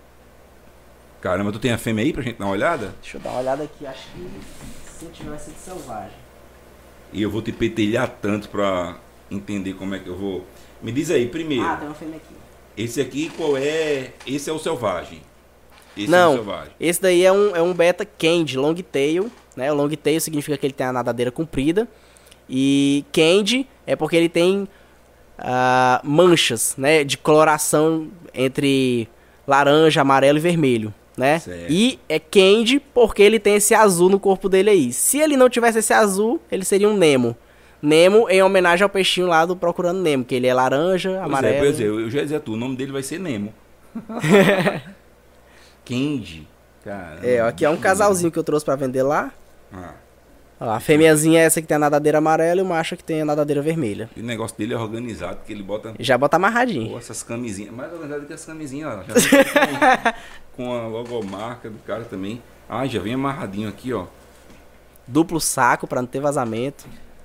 Caramba, tu tem a fêmea aí pra gente dar uma olhada? Deixa eu dar uma olhada aqui. Acho que se eu tiver vai ser de selvagem. E eu vou te petelhar tanto pra entender como é que eu vou... Me diz aí, primeiro. Ah, tem uma fêmea aqui. Esse aqui qual é? Esse é o selvagem. Esse é o Não, selvagem. esse daí é um beta candy, long tail, né? O long tail significa que ele tem a nadadeira comprida. E candy é porque ele tem manchas, né? De coloração entre laranja, amarelo e vermelho, né? Certo. E é candy porque ele tem esse azul no corpo dele aí. Se ele não tivesse esse azul, ele seria um Nemo. Nemo em homenagem ao peixinho lá do Procurando Nemo, que ele é laranja, amarelo. Pois é, eu já dizia tu, o nome dele vai ser Nemo. Candy. Caramba. É, ó, aqui é um casalzinho que eu trouxe pra vender lá. Ah, Ó, a fêmeazinha é essa que tem a nadadeira amarela e o macho que tem a nadadeira vermelha. e o negócio dele é organizado, porque ele bota Já bota amarradinho. pô, essas camisinhas. Mais organizado que as camisinhas, ó. Já vem com a logomarca do cara também. Ah, já vem amarradinho aqui, ó. Duplo saco pra não ter vazamento.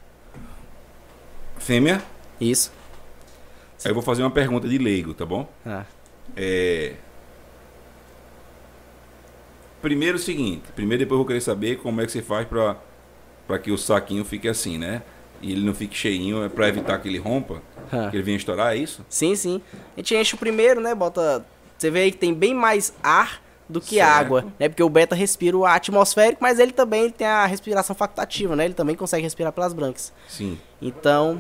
Fêmea. Isso. Aí eu vou fazer uma pergunta de leigo, tá bom? Ah, Primeiro o seguinte, primeiro depois eu vou querer saber como é que você faz pra que o saquinho fique assim, né? E ele não fique cheinho, é pra evitar que ele rompa, que ele venha estourar, é isso? sim, sim. A gente enche o primeiro, né? Bota. Você vê aí que tem bem mais ar do que Certo. água, né? Porque o beta respira o ar atmosférico, mas ele também tem a respiração facultativa, né? Ele também consegue respirar pelas brancas. Sim. Então.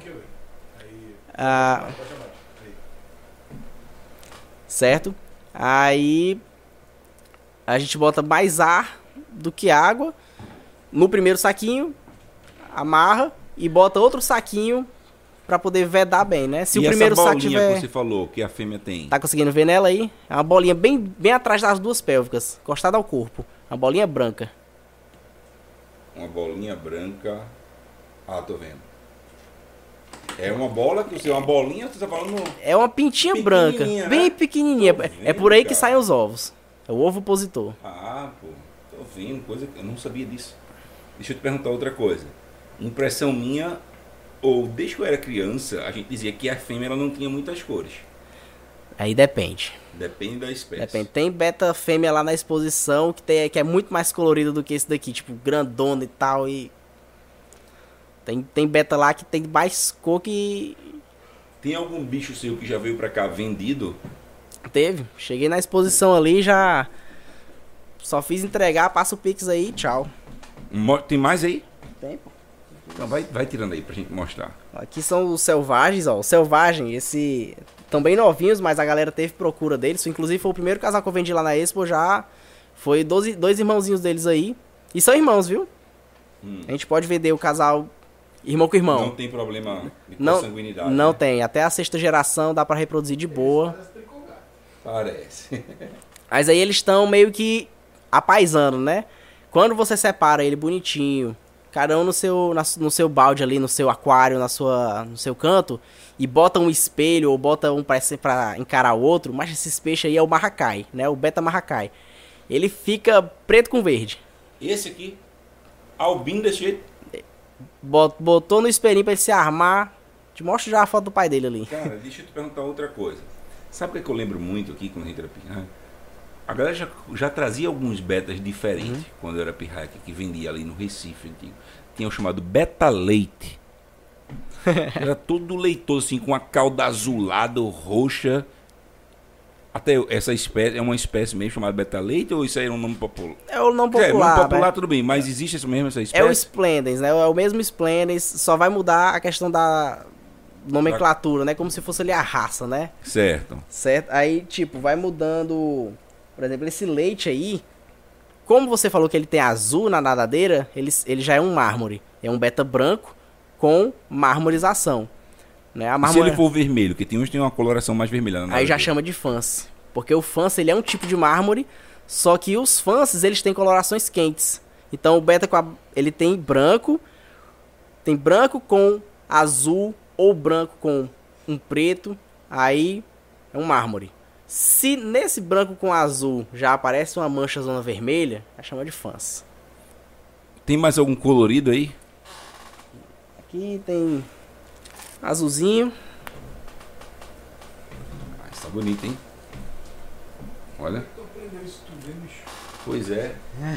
Certo? Aí a gente bota mais ar do que água no primeiro saquinho, amarra e bota outro saquinho pra poder vedar bem, né? Se e o primeiro essa saco bolinha tiver... que você falou, que a fêmea tem? Tá conseguindo ver nela aí? É uma bolinha bem atrás das duas pélvicas, encostada ao corpo. Uma bolinha branca. Uma bolinha branca. Ah, tô vendo. É uma bola que você... Uma bolinha, você tá falando... É uma pintinha branca, Pequenininha, bem né? pequenininha. Tô É vendo, por aí que cara. saem os ovos. É o ovo opositor. Ah, pô. Tô vendo, coisa que eu não sabia disso. Deixa eu te perguntar outra coisa. Impressão minha, ou desde que eu era criança, a gente dizia que a fêmea ela não tinha muitas cores. Aí depende. Depende da espécie. Depende. Tem beta fêmea lá na exposição que é muito mais colorido do que esse daqui, tipo, grandona e tal. E tem beta lá que tem mais cor que Tem algum bicho seu que já veio pra cá vendido? teve. Cheguei na exposição ali, já só fiz entregar, passa o Pix aí, tchau. Tem mais aí? Tem, pô. Então vai tirando aí pra gente mostrar. Aqui são os selvagens, ó. O selvagem, esse... Tão bem novinhos, mas a galera teve procura deles. Inclusive foi o primeiro casal que eu vendi lá na Expo já. Foi dois irmãozinhos deles aí. E são irmãos, viu? A gente pode vender o casal Irmão com irmão. Não tem problema de Não, consanguinidade. não né? tem. Até a sexta geração dá pra reproduzir de boa. Parece. Mas aí eles estão meio que apaisando, né? Quando você separa ele bonitinho, cada um no seu balde ali, no seu aquário, no seu canto, e bota um espelho ou bota um pra encarar o outro, mas esse peixe aí é o maracai, né? O beta maracai. Ele fica preto com verde. Esse aqui, albino desse jeito. Botou no espelhinho pra ele se armar. Te mostro já a foto do pai dele ali. Cara, deixa eu te perguntar outra coisa. Sabe o que eu lembro muito aqui quando a gente era pirraia? A galera já trazia alguns betas diferentes quando eu era pirraia, que vendia ali no Recife antigo. Tinha o chamado beta leite. Era todo leitoso, assim, com a cauda azulada, roxa. Até essa espécie, é uma espécie mesmo chamada beta leite, ou isso aí é um nome popular? É o nome É, popular, nome popular né? tudo bem, mas existe isso mesmo, essa É espécie? o Splendens, né? É o mesmo Splendens, só vai mudar a questão da nomenclatura, né? Como se fosse ali a raça, né? Certo. Certo? Aí, tipo, vai mudando... Por exemplo, esse leite aí, como você falou que ele tem azul na nadadeira, ele já é um mármore. É um beta branco com marmorização. Né? A E se mármore... ele for vermelho, que tem uns que tem uma coloração mais vermelha. Aí já chama de fancy. Porque o fancy, ele é um tipo de mármore, só que os fancies, eles têm colorações quentes. Então o beta, ele tem branco com azul ou branco com um preto, aí é um mármore. Se nesse branco com azul já aparece uma mancha zona vermelha, já chama de fancy. Tem mais algum colorido aí? Aqui tem azulzinho. Ah, isso tá bonito, hein? Olha. Pois é.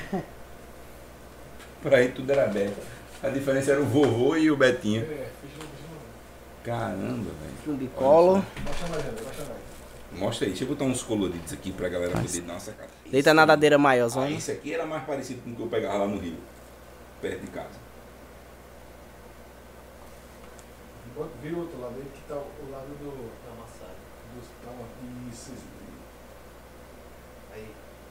Pra aí tudo era beta. A diferença era o vovô e o Betinho. Caramba, velho. Um bicolo. Mostra aí, deixa eu botar uns coloridos aqui pra galera poder dar uma sacada. Deita a nadadeira maior, Ah, zona. esse aqui era mais parecido com o que eu pegava lá no Rio, perto de casa. Vira o outro lado aí, que tá o lado da massagem. Isso. Aí.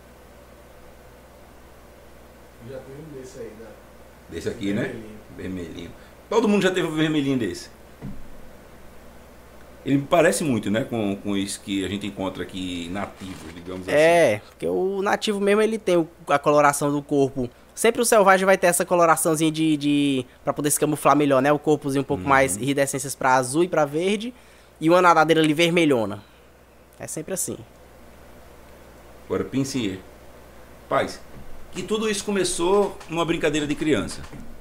Já tem um desse aí, né? Desse aqui, né? Vermelhinho. Vermelhinho. Todo mundo já teve um vermelhinho desse. Ele parece muito, né? Com isso que a gente encontra aqui nativos, digamos assim. É, porque o nativo mesmo, ele tem a coloração do corpo. Sempre o selvagem vai ter essa coloraçãozinha pra poder se camuflar melhor, né? O corpozinho um pouco mais iridescências pra azul e pra verde. E uma nadadeira ali vermelhona. É sempre assim. Agora pense, paz, que tudo isso começou numa brincadeira de criança.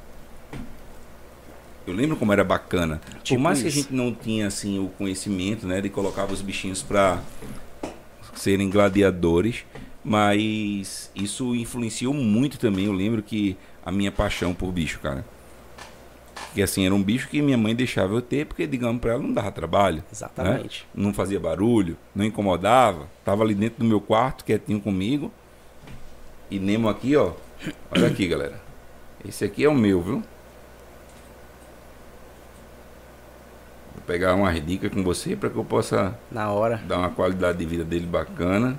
Eu lembro como era bacana. Tipo Por mais que a isso. gente não tinha assim o conhecimento, né, de colocar os bichinhos para serem gladiadores, mas isso influenciou muito também. Eu lembro que a minha paixão por bicho, cara. Que assim, era um bicho que minha mãe deixava eu ter, porque, digamos, para ela não dava trabalho. Exatamente. Né? Não fazia barulho, não incomodava. Tava ali dentro do meu quarto, quietinho comigo. E Nemo aqui, ó. Olha aqui, galera. Esse aqui é o meu, viu? Vou pegar umas dicas com você para que eu possa Na hora. dar uma qualidade de vida dele bacana.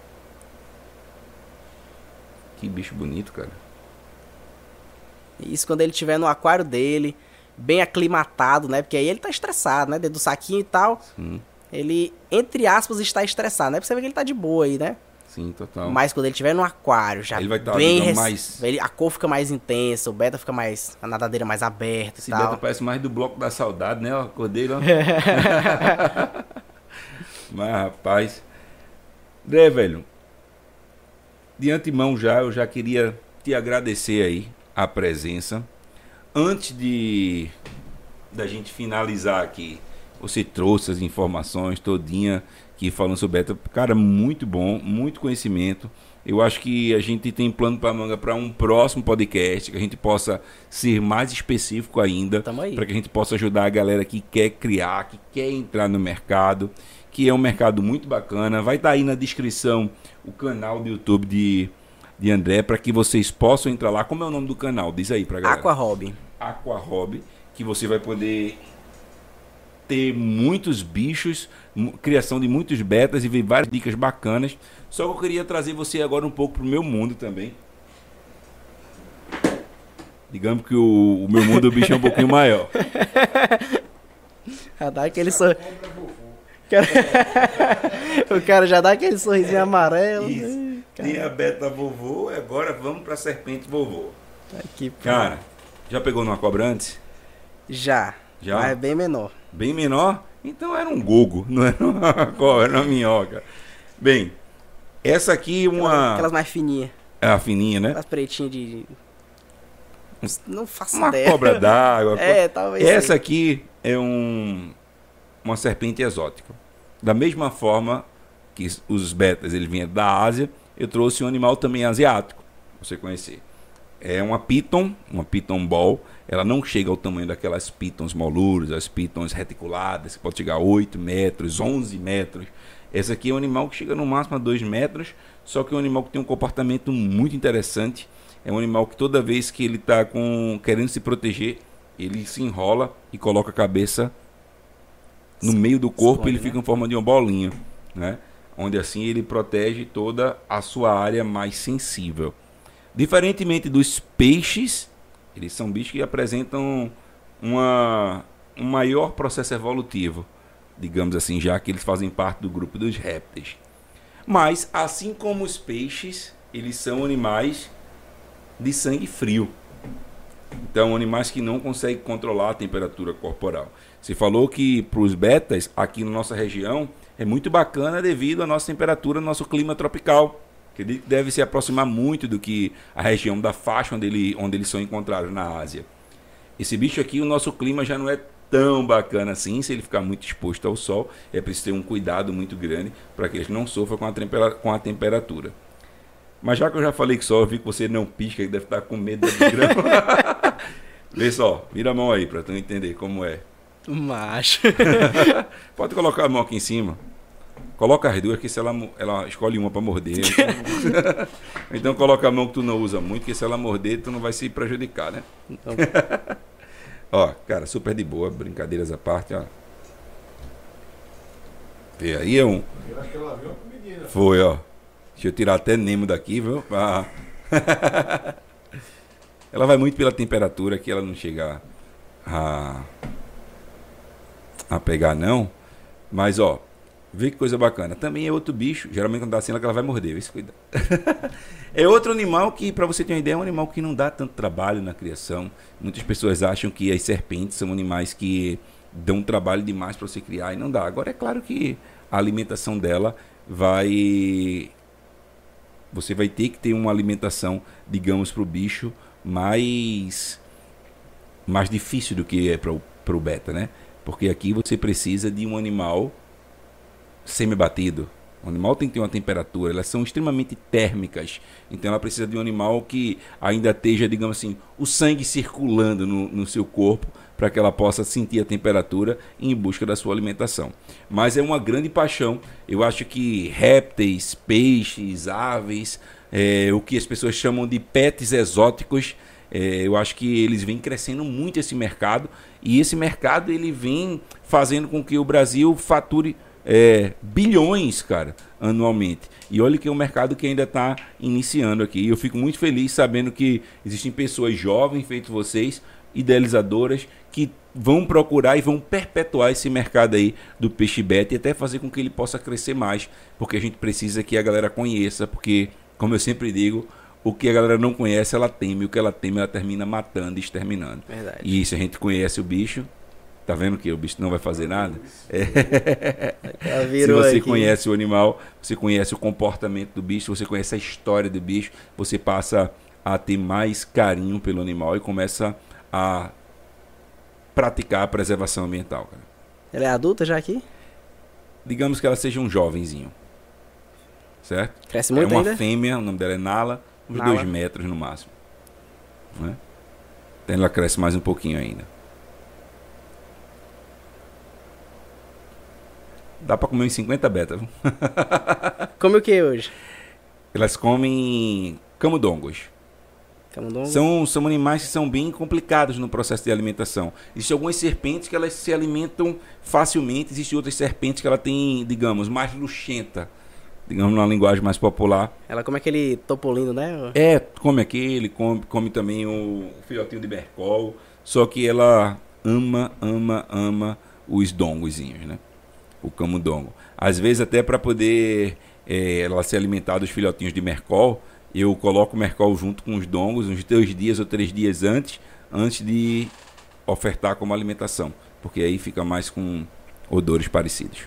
Que bicho bonito, cara. Isso quando ele estiver no aquário dele, bem aclimatado, né? Porque aí ele tá estressado, né? Dentro do saquinho e tal. Sim, Ele, entre aspas, está estressado, né? Porque você vê que ele tá de boa aí, né? sim, total. Mas quando ele estiver no aquário, já Ele vai tá, bem... digamos, mais- a cor fica mais intensa, o beta fica mais... A nadadeira mais aberta Esse e tal. beta parece mais do bloco da saudade, né? Ó, cordeiro, ó. Mas, rapaz... André, velho, de antemão eu já queria te agradecer aí a presença. Antes da gente finalizar aqui, você trouxe as informações todinha que falando sobre beta. Cara, muito bom, muito conhecimento. Eu acho que a gente tem plano para manga para um próximo podcast, que a gente possa ser mais específico ainda, Tamo aí. para que a gente possa ajudar a galera que quer criar, que quer entrar no mercado, que é um mercado muito bacana. Vai estar aí na descrição o canal do YouTube de André, para que vocês possam entrar lá. Como é o nome do canal? Diz aí pra galera. Aqua Hobby. Aqua Hobby, que você vai poder ter muitos bichos, criação de muitos betas e ver várias dicas bacanas. Só que eu queria trazer você agora um pouco pro meu mundo também. Digamos que o meu mundo do bicho é um pouquinho maior. Já dá aquele sorriso. O cara já dá aquele sorrisinho amarelo. Isso. Tem a beta vovô, agora vamos pra serpente vovô. Aqui, Cara, já pegou numa cobra antes? Já. Já? Mas é bem menor. Bem menor? Então era um gogo, não era uma cobra, era uma minhoca. Bem, essa aqui Aquelas mais fininhas. É a fininha, né? Aquelas pretinhas de... Não faço Uma ideia. cobra d'água. Talvez Essa seja. aqui é uma serpente exótica. Da mesma forma que os betas eles vinham da Ásia, eu trouxe um animal também asiático, pra você conhecer. É uma piton ball. Ela não chega ao tamanho daquelas pitons moluras, as pitons reticuladas, que pode chegar a 8 metros, 11 metros. Essa aqui é um animal que chega no máximo a 2 metros, só que é um animal que tem um comportamento muito interessante. É um animal que toda vez que ele está querendo se proteger, ele se enrola e coloca a cabeça no meio do corpo, ele fica em forma de uma bolinha, né? Onde assim ele protege toda a sua área mais sensível. Diferentemente dos peixes, eles são bichos que apresentam um maior processo evolutivo, digamos assim, já que eles fazem parte do grupo dos répteis. Mas, assim como os peixes, eles são animais de sangue frio. Então, animais que não conseguem controlar a temperatura corporal. Você falou que para os betas, aqui na nossa região, é muito bacana devido à nossa temperatura, ao nosso clima tropical. Que deve se aproximar muito do que a região da faixa onde eles são encontrados na Ásia. Esse bicho aqui, o nosso clima já não é tão bacana assim. Se ele ficar muito exposto ao sol, é preciso ter um cuidado muito grande para que ele não sofra com a temperatura. Mas já que eu já falei que só, eu vi que você não pisca, que deve estar com medo de grama. Vê só, vira a mão aí para tu entender como é. Macho. Pode colocar a mão aqui em cima. Coloca as duas, que se ela escolhe uma para morder. Então coloca a mão que tu não usa muito, que se ela morder, tu não vai se prejudicar, né? Então, Ó, cara, super de boa, brincadeiras à parte, ó. Vê aí, é um... Eu acho que ela viu uma comidinha. Foi, ó. Deixa eu tirar até Nemo daqui, viu? Ah. Ela vai muito pela temperatura, que ela não chega a pegar, não. Mas, ó, vê que coisa bacana. Também é outro bicho, geralmente quando dá assim, ela vai morder, vê se cuida. É outro animal que, pra você ter uma ideia, é um animal que não dá tanto trabalho na criação. Muitas pessoas acham que as serpentes são animais que dão trabalho demais pra você criar, e não dá. Agora, é claro que a alimentação dela você vai ter que ter uma alimentação, digamos, pro bicho mais difícil do que é pro beta, né? Porque aqui você precisa de um animal semi-batido. O animal tem que ter uma temperatura, elas são extremamente térmicas. Então ela precisa de um animal que ainda esteja, digamos assim, o sangue circulando no seu corpo, para que ela possa sentir a temperatura em busca da sua alimentação. Mas é uma grande paixão. Eu acho que répteis, peixes, aves, o que as pessoas chamam de pets exóticos, eu acho que eles vêm crescendo muito esse mercado. E esse mercado ele vem fazendo com que o Brasil fature bilhões, cara, anualmente. E olha que é um mercado que ainda está iniciando aqui. E eu fico muito feliz sabendo que existem pessoas jovens, feitas vocês, idealizadoras, que vão procurar e vão perpetuar esse mercado aí do peixe beta e até fazer com que ele possa crescer mais, porque a gente precisa que a galera conheça, porque, como eu sempre digo, o que a galera não conhece, ela teme, o que ela teme, ela termina matando e exterminando. Verdade. E se a gente conhece o bicho, tá vendo que o bicho não vai fazer nada? Se você conhece o animal, você conhece o comportamento do bicho, você conhece a história do bicho, você passa a ter mais carinho pelo animal e começa a praticar a preservação ambiental, cara. Ela é adulta já aqui? Digamos que ela seja um jovenzinho, certo? Cresce muito ainda? É ainda? uma fêmea, o nome dela é Nala, uns 2 metros no máximo, né? Então ela cresce mais um pouquinho ainda. Dá pra comer uns 50 beta, viu? Come o que hoje? Elas comem camundongos. Camundongo? São animais que são bem complicados no processo de alimentação. Existem algumas serpentes que elas se alimentam facilmente, existem outras serpentes que ela tem, digamos, mais luxenta. digamos numa linguagem mais popular. Ela come aquele topolino, né? Come aquele, come também o filhotinho de mercol, só que ela ama os dongozinhos, né? O camundongo. Às vezes até para poder ela se alimentar dos filhotinhos de mercol, eu coloco o mercol junto com os dongos uns 2 dias ou 3 dias antes de ofertar como alimentação, porque aí fica mais com odores parecidos.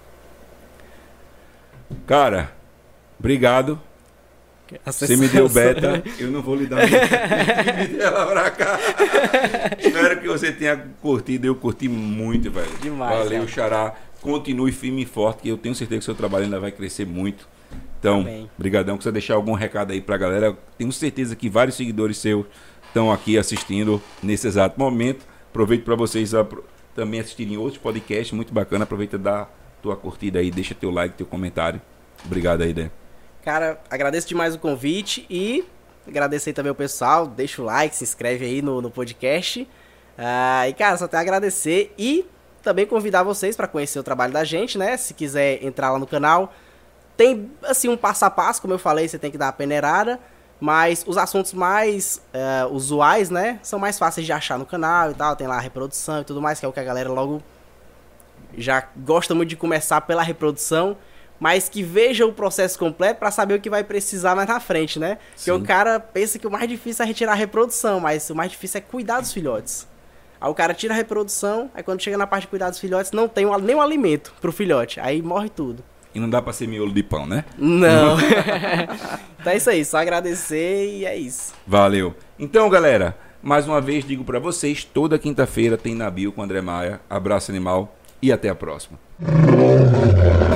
Cara, obrigado. Você me deu beta, eu não vou lhe dar dela pra cá. Espero que você tenha curtido, eu curti muito, velho. Demais. Valeu, Xará. Continue firme e forte, que eu tenho certeza que o seu trabalho ainda vai crescer muito. Então, brigadão. Que você deixar algum recado aí pra galera. Tenho certeza que vários seguidores seus estão aqui assistindo nesse exato momento. Aproveito para vocês também assistirem outros podcasts, muito bacana. Aproveita e dá tua curtida aí, deixa teu like, teu comentário. Obrigado aí, Dé. Cara, agradeço demais o convite e agradecer também o pessoal. Deixa o like, se inscreve aí no podcast. E, cara, só tenho a agradecer e também convidar vocês para conhecer o trabalho da gente, né? Se quiser entrar lá no canal, tem, assim, um passo a passo, como eu falei, você tem que dar a peneirada, mas os assuntos mais usuais, né, são mais fáceis de achar no canal e tal. Tem lá a reprodução e tudo mais, que é o que a galera logo já gosta muito de começar pela reprodução, mas que veja o processo completo para saber o que vai precisar mais na frente, né? Porque o cara pensa que o mais difícil é retirar a reprodução, mas o mais difícil é cuidar dos filhotes. Aí o cara tira a reprodução, aí quando chega na parte de cuidar dos filhotes, não tem nem um alimento pro filhote, aí morre tudo. E não dá pra ser miolo de pão, né? Não. Então é isso aí, só agradecer e é isso. Valeu. Então, galera, mais uma vez digo pra vocês, toda quinta-feira tem Nabil com André Maia. Abraço animal e até a próxima.